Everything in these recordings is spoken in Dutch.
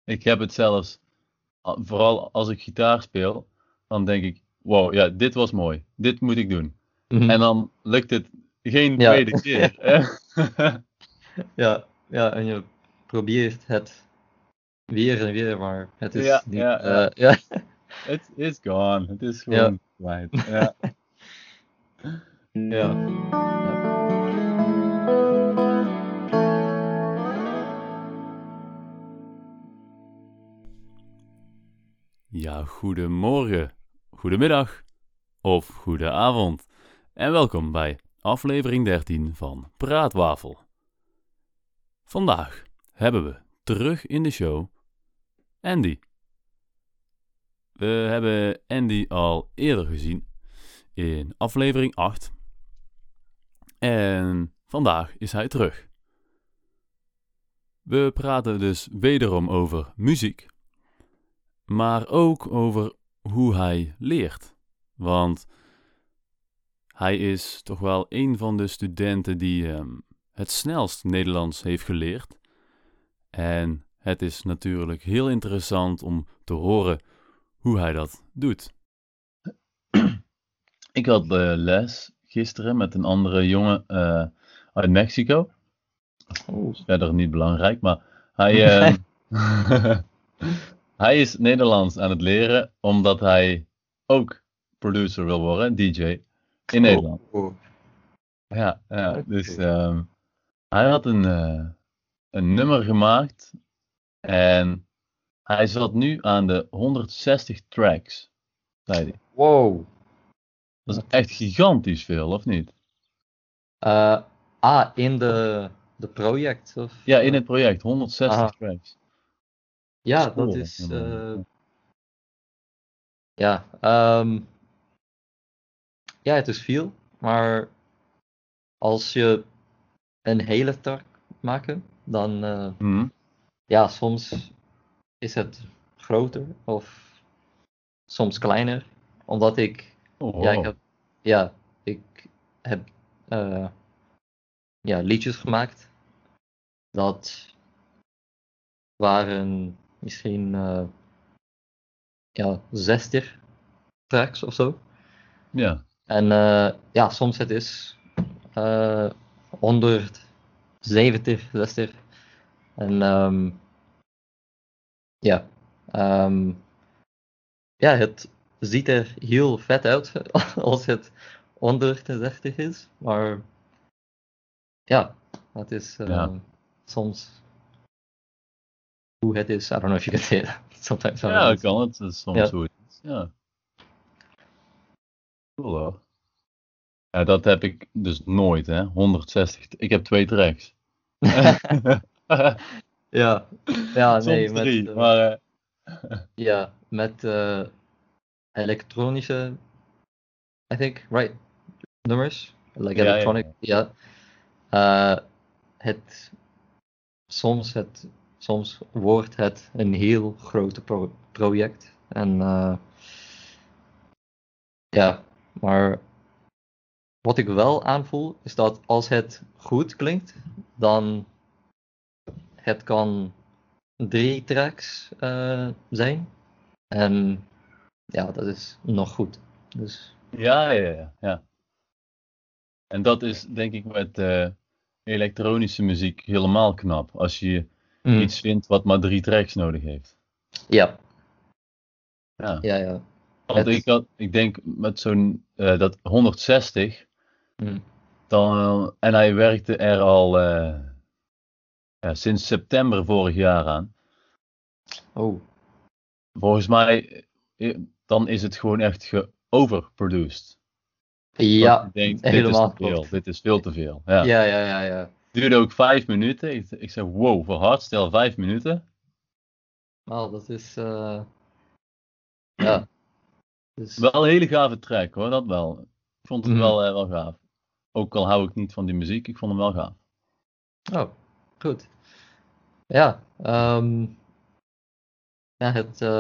Ik heb het zelfs, vooral als ik gitaar speel, dan denk ik, wow, ja, dit was mooi. Dit moet ik doen. Mhm. En dan lukt het geen Ja. tweede keer. Ja, ja, en je probeert het weer en weer, maar het is Ja, niet. ja, ja. Ja, Het is gone. Het is ja, gewoon kwijt. Ja, ja. ja. Ja, goedemorgen, goedemiddag of goedenavond. En welkom bij aflevering 13 van Praatwafel. Vandaag hebben we terug in de show Andy. We hebben Andy al eerder gezien in aflevering 8. En vandaag is hij terug. We praten dus wederom over muziek, maar ook over hoe hij leert. Want hij is toch wel een van de studenten die het snelst Nederlands heeft geleerd. En het is natuurlijk heel interessant om te horen hoe hij dat doet. Ik had les gisteren met een andere jongen uit Mexico. Oh. Verder niet belangrijk, maar hij, hij is Nederlands aan het leren omdat hij ook producer wil worden, DJ, in Nederland. Oh. Ja, dus Oké. hij had een nummer gemaakt en hij zat nu aan de 160 tracks, zei hij. Wow. Dat is echt gigantisch veel, of niet? In de project? Of, Ja, in het project, 160 Aha. tracks. Ja, dat Scoren, is. helemaal. Ja, ja, het is veel, maar als je een hele track maken, dan Mhm. ja, soms is het groter of soms kleiner, omdat Oh, ja, ik wow. heb, ja, ik heb ja, liedjes gemaakt dat waren misschien ja, 60 tracks of zo. Ja. En ja, soms het is 170, 60. En ja, ehm, ja, het ziet er heel vet uit als het onder de 60 is. Maar ja, het is Ja. soms hoe het is. I don't know if you can say that. Sometimes how it Ja, is. kan het. Dat is soms Ja. hoe het is. Ja, cool hoor. Ja, dat heb ik dus nooit, hè. 160. Ik heb 2 tracks. Ja, ja, nee, Soms met, 3, maar ja, met elektronische, I think, right, nummers, like ja, electronic, ja. ja. Uh, het, soms wordt het een heel groot project. En ja, maar wat ik wel aanvoel, is dat als het goed klinkt, dan het kan 3 tracks zijn. En ja, dat is nog goed. Dus Ja, ja, ja, ja. En dat is denk ik met elektronische muziek helemaal knap. Als je mm, iets vindt wat maar 3 tracks nodig heeft. ja, Ja. ja. Want ik denk met zo'n dat 160, Mm, dan, en hij werkte er al ja, sinds september vorig jaar aan. oh, Volgens mij, dan is het gewoon echt geoverproduced. Dat je ja, denkt, dit is te helemaal veel, klopt. dit is veel te veel. Ja. Ja. Duurde ook 5 minuten. Ik zeg, wow, voor hardstyle 5 minuten. Nou, dat is, ja, dus, Wel een hele gave track hoor, dat wel. Ik vond het mm, wel gaaf. Ook al hou ik niet van die muziek, ik vond hem wel gaaf. oh, goed. Ja, ja,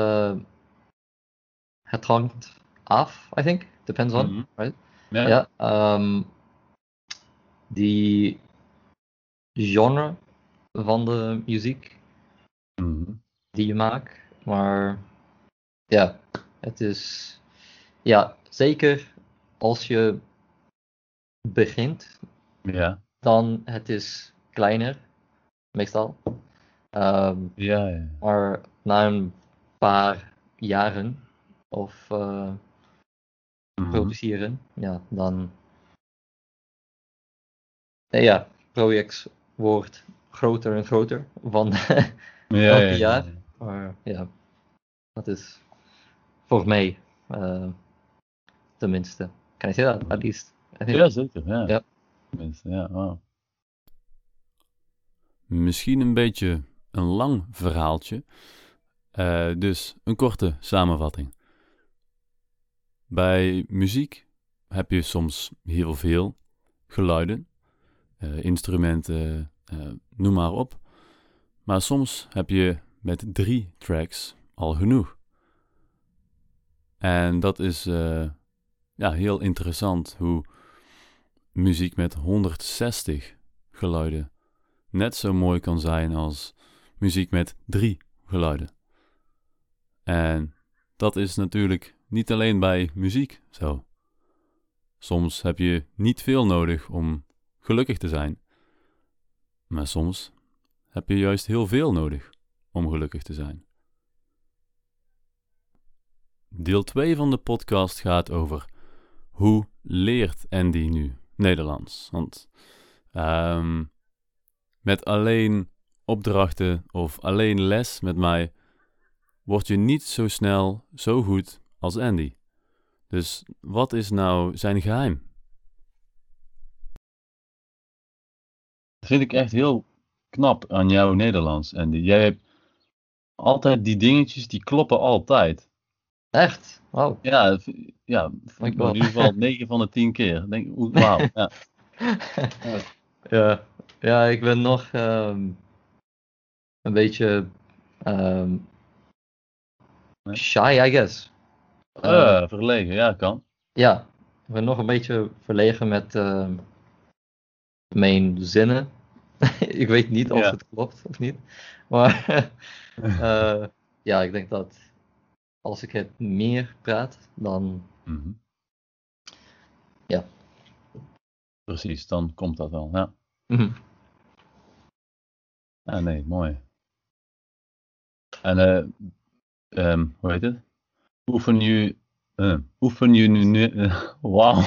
het hangt af, I think. Depends on, Mhm. right? Ja. Ja, die genre van de muziek, Mhm. die je maakt. Maar ja, het is ja, zeker als je begint, Ja. dan het is kleiner, meestal. Ja. Maar na een paar jaren of produceren, ja, dan ja, project wordt groter en groter van elke jaar. Maar ja, dat is voor mij tenminste. Can I say that? At least. I think. Ja, zeker. Ja. Ja. Tenminste, ja, wow. Misschien een beetje een lang verhaaltje. Dus een korte samenvatting. Bij muziek heb je soms heel veel geluiden, instrumenten, noem maar op. Maar soms heb je met 3 tracks al genoeg. En dat is heel interessant hoe muziek met 160 geluiden net zo mooi kan zijn als muziek met 3 geluiden. En dat is natuurlijk niet alleen bij muziek zo. Soms heb je niet veel nodig om gelukkig te zijn. Maar soms heb je juist heel veel nodig om gelukkig te zijn. Deel 2 van de podcast gaat over hoe leert Andy nu Nederlands? Want met alleen opdrachten of alleen les met mij word je niet zo snel zo goed als Andy. Dus wat is nou zijn geheim? Dat vind ik echt heel knap aan jouw Nederlands, Andy. Jij hebt altijd die dingetjes, die kloppen altijd. Echt? Wow. Ja, My in God. ieder geval 9 van de 10 keer. Denk, wauw. Ja. Ja, ik ben nog een beetje shy, I guess. Verlegen, ja, kan. Ja, ik ben nog een beetje verlegen met mijn zinnen. Ik weet niet of het klopt of niet. Maar ja, ik denk dat als ik het meer praat, dan ja. Precies, dan komt dat wel, ja. Ah, nee, mooi. En hoe heet het? Oefen je nu... Wauw.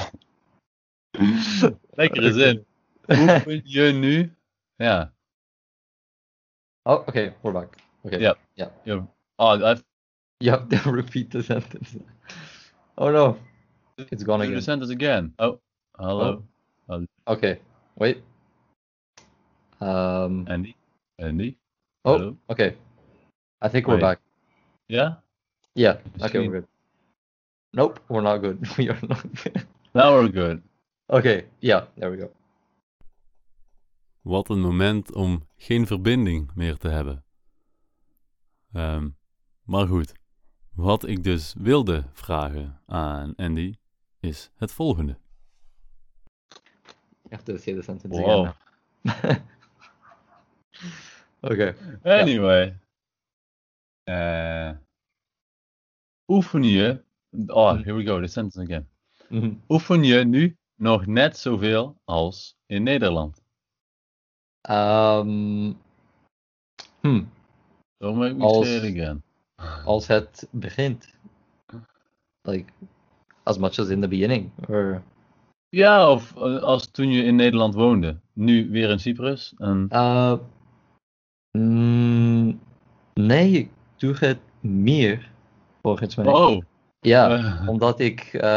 Lekkere zin. Oefen je nu... Ja. Oh, okay, we're back. Okay. Yeah. Yeah. You have to repeat the sentence. Oh no. It's gone do again. the sentence again. Oh, hello. Oh. Okay, wait. Andy? Oh, hello? okay. I think we're back. Yeah? Yeah, okay, we're good. Nope, we're not good. We are not good. Now we're good. Okay, yeah, there we go. Wat een moment om geen verbinding meer te hebben. Maar goed, wat ik dus wilde vragen aan Andy is het volgende. You have to say the sentence again now. Okay. Anyway. Oefen je... Oh, here we go, the sentence again. Oefen je nu nog net zoveel als in Nederland? Don't make me say it again. Als het begint. Like, as much as in the beginning. Or... Ja, of als toen je in Nederland woonde. Nu weer in Cyprus. Nee, ik doe het meer volgens mij. Oh. Ja, omdat ik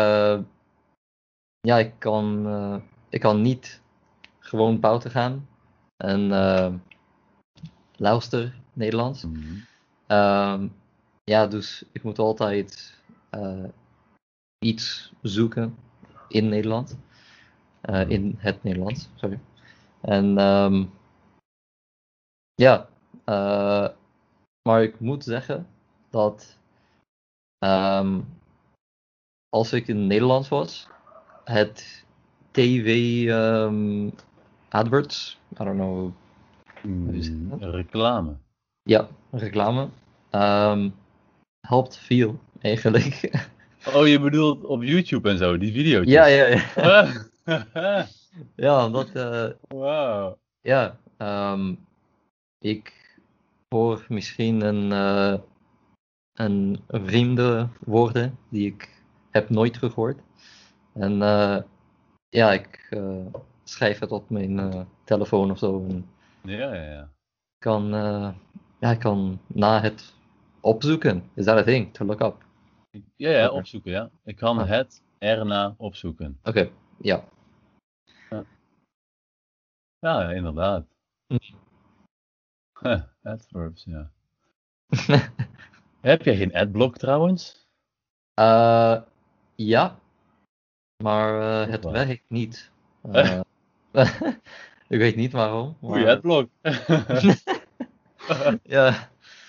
ik kan niet gewoon buiten gaan en luister Nederlands. Ja, dus ik moet altijd iets zoeken in Nederland. In het Nederlands, sorry. En ja, maar ik moet zeggen dat als ik in Nederland was, het TV adverts, I don't know. Reclame. Ja, reclame. Helpt veel, eigenlijk. Oh, je bedoelt op YouTube en zo, die video's. Ja, ja, ja. Ja, omdat, Wauw. ja, ik hoor misschien een vriendenwoorden die ik heb nooit gehoord. En ja, ik schrijf het op mijn telefoon of zo. En Ja. kan, ja, ik kan na het opzoeken. Is that a thing? To look up? Ja, Oké. opzoeken, ja. Ik kan Ah. het erna opzoeken. Oké, ja. Ja, inderdaad. Hm. Adverbs, ja. Heb jij geen adblock trouwens? Ja, maar Ook het wel. werkt niet. Ik weet niet waarom, Goeie maar adblock. ja.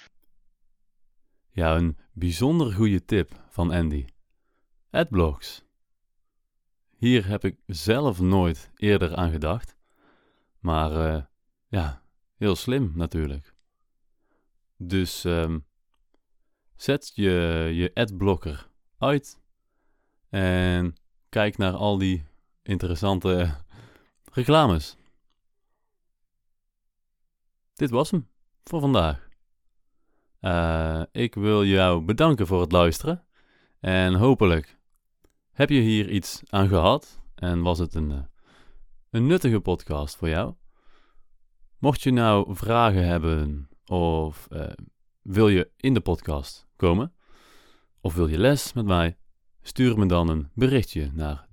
Ja, een bijzonder goede tip van Andy. Adblocks. Hier heb ik zelf nooit eerder aan gedacht. Maar ja, heel slim natuurlijk. Dus zet je adblocker uit en kijk naar al die interessante reclames. Dit was hem voor vandaag. Ik wil jou bedanken voor het luisteren. En hopelijk heb je hier iets aan gehad en was het een nuttige podcast voor jou. Mocht je nou vragen hebben of wil je in de podcast komen of wil je les met mij, stuur me dan een berichtje naar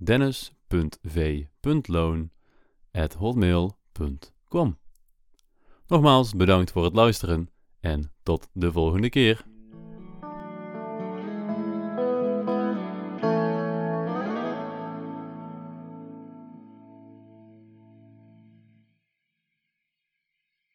dennis.v.loon@hotmail.com. Nogmaals bedankt voor het luisteren en tot de volgende keer.